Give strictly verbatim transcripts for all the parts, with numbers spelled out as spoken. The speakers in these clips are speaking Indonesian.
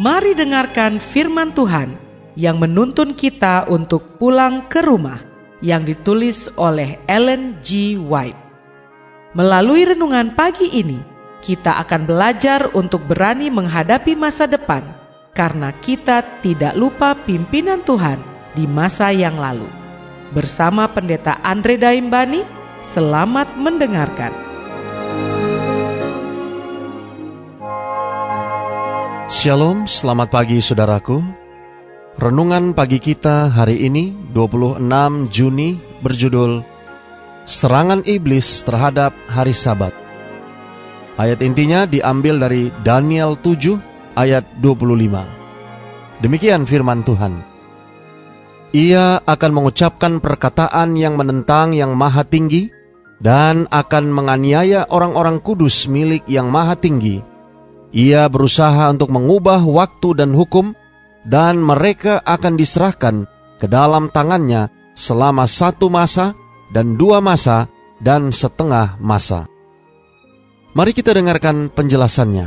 Mari dengarkan firman Tuhan yang menuntun kita untuk pulang ke rumah, yang ditulis oleh Ellen G. White. Melalui renungan pagi ini, kita akan belajar untuk berani menghadapi masa depan, karena kita tidak lupa pimpinan Tuhan di masa yang lalu. Bersama Pendeta Andre Daimbani, selamat mendengarkan. Shalom, selamat pagi saudaraku. Renungan pagi kita hari ini dua puluh enam Juni berjudul Serangan Iblis Terhadap Hari Sabat. Ayat intinya diambil dari Daniel tujuh ayat dua puluh lima. Demikian firman Tuhan. Ia akan mengucapkan perkataan yang menentang yang maha tinggi dan akan menganiaya orang-orang kudus milik yang maha tinggi. Ia berusaha untuk mengubah waktu dan hukum, dan mereka akan diserahkan ke dalam tangannya selama satu masa dan dua masa dan setengah masa. Mari kita dengarkan penjelasannya.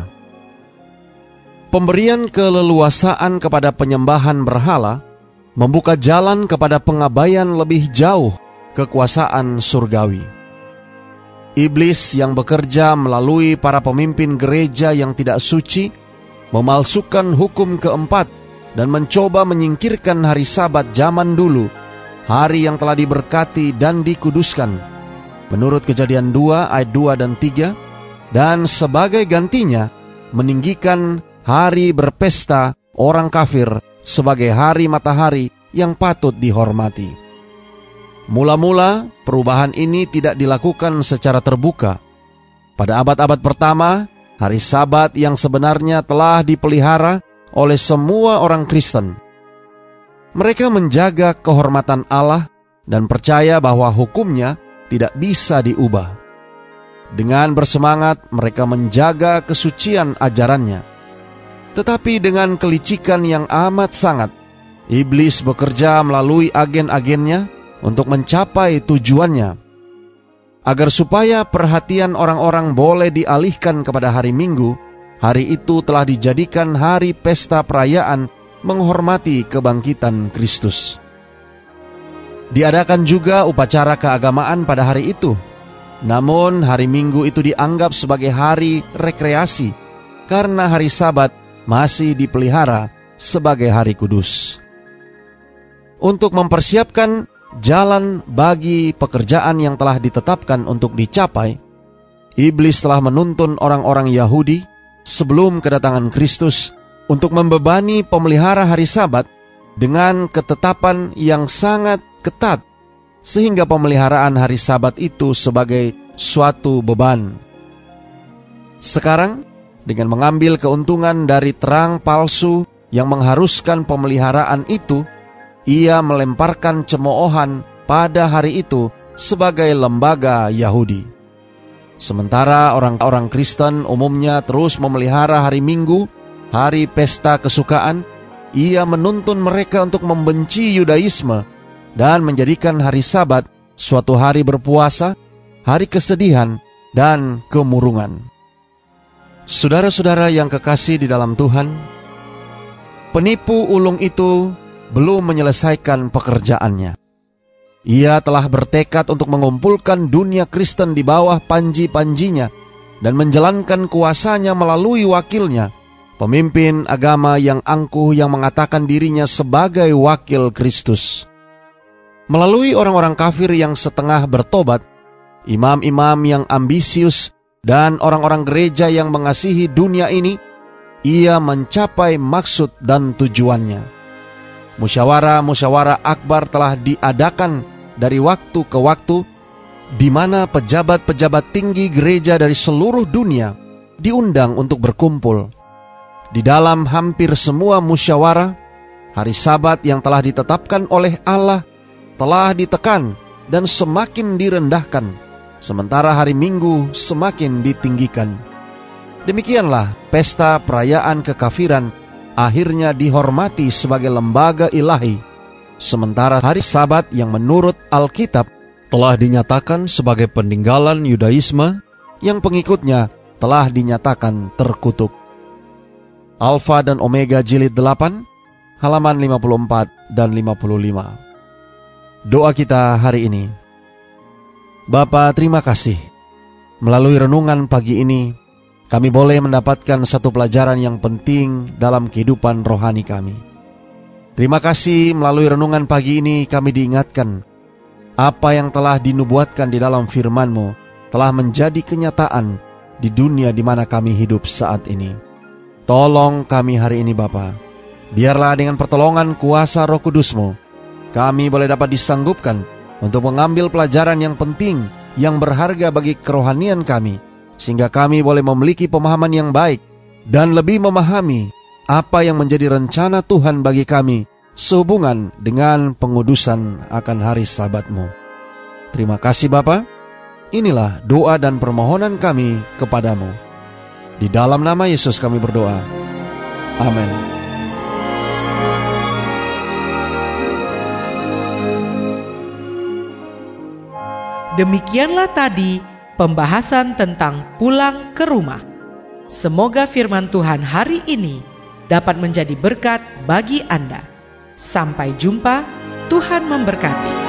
Pemberian keleluasaan kepada penyembahan berhala membuka jalan kepada pengabaian lebih jauh kekuasaan surgawi. Iblis yang bekerja melalui para pemimpin gereja yang tidak suci memalsukan hukum keempat dan mencoba menyingkirkan hari Sabat zaman dulu, hari yang telah diberkati dan dikuduskan, menurut Kejadian dua ayat dua dan tiga, dan sebagai gantinya meninggikan hari berpesta orang kafir sebagai hari matahari yang patut dihormati. Mula-mula perubahan ini tidak dilakukan secara terbuka. Pada abad-abad pertama, hari Sabat yang sebenarnya telah dipelihara oleh semua orang Kristen. Mereka menjaga kehormatan Allah dan percaya bahwa hukumnya tidak bisa diubah. Dengan bersemangat mereka menjaga kesucian ajarannya. Tetapi dengan kelicikan yang amat sangat, iblis bekerja melalui agen-agennya untuk mencapai tujuannya. Agar supaya perhatian orang-orang boleh dialihkan kepada hari Minggu, hari itu telah dijadikan hari pesta perayaan menghormati kebangkitan Kristus. Diadakan juga upacara keagamaan pada hari itu. Namun hari Minggu itu dianggap sebagai hari rekreasi, karena hari Sabat masih dipelihara sebagai hari kudus. Untuk mempersiapkan jalan bagi pekerjaan yang telah ditetapkan untuk dicapai, iblis telah menuntun orang-orang Yahudi sebelum kedatangan Kristus untuk membebani pemelihara hari Sabat dengan ketetapan yang sangat ketat, sehingga pemeliharaan hari Sabat itu sebagai suatu beban. Sekarang, dengan mengambil keuntungan dari terang palsu yang mengharuskan pemeliharaan itu, ia melemparkan cemoohan pada hari itu sebagai lembaga Yahudi. Sementara orang-orang Kristen umumnya terus memelihara hari Minggu, hari pesta kesukaan, ia menuntun mereka untuk membenci Yudaisme dan menjadikan hari Sabat suatu hari berpuasa, hari kesedihan, dan kemurungan. Saudara-saudara yang kekasih di dalam Tuhan, penipu ulung itu belum menyelesaikan pekerjaannya. Ia telah bertekad untuk mengumpulkan dunia Kristen di bawah panji-panjinya dan menjalankan kuasanya melalui wakilnya, pemimpin agama yang angkuh yang mengatakan dirinya sebagai wakil Kristus. Melalui orang-orang kafir yang setengah bertobat, imam-imam yang ambisius, dan orang-orang gereja yang mengasihi dunia ini, ia mencapai maksud dan tujuannya. Musyawarah-musyawarah akbar telah diadakan dari waktu ke waktu, di mana pejabat-pejabat tinggi gereja dari seluruh dunia diundang untuk berkumpul. Di dalam hampir semua musyawarah, hari Sabat yang telah ditetapkan oleh Allah telah ditekan dan semakin direndahkan, sementara hari Minggu semakin ditinggikan. Demikianlah pesta perayaan kekafiran akhirnya dihormati sebagai lembaga ilahi, sementara hari Sabat yang menurut Alkitab telah dinyatakan sebagai peninggalan Yudaisme yang pengikutnya telah dinyatakan terkutuk. Alfa dan Omega jilid delapan, halaman lima puluh empat dan lima puluh lima. Doa kita hari ini. Bapa, terima kasih. Melalui renungan pagi ini, kami boleh mendapatkan satu pelajaran yang penting dalam kehidupan rohani kami. Terima kasih melalui renungan pagi ini kami diingatkan apa yang telah dinubuatkan di dalam firman-Mu telah menjadi kenyataan di dunia di mana kami hidup saat ini. Tolong kami hari ini Bapa, biarlah dengan pertolongan kuasa Roh Kudus-Mu, kami boleh dapat disanggupkan untuk mengambil pelajaran yang penting, yang berharga bagi kerohanian kami, sehingga kami boleh memiliki pemahaman yang baik dan lebih memahami apa yang menjadi rencana Tuhan bagi kami sehubungan dengan pengudusan akan hari Sabat-Mu. Terima kasih Bapa. Inilah doa dan permohonan kami kepadamu. Di dalam nama Yesus kami berdoa. Amin. Demikianlah tadi pembahasan tentang pulang ke rumah. Semoga firman Tuhan hari ini dapat menjadi berkat bagi Anda. Sampai jumpa, Tuhan memberkati.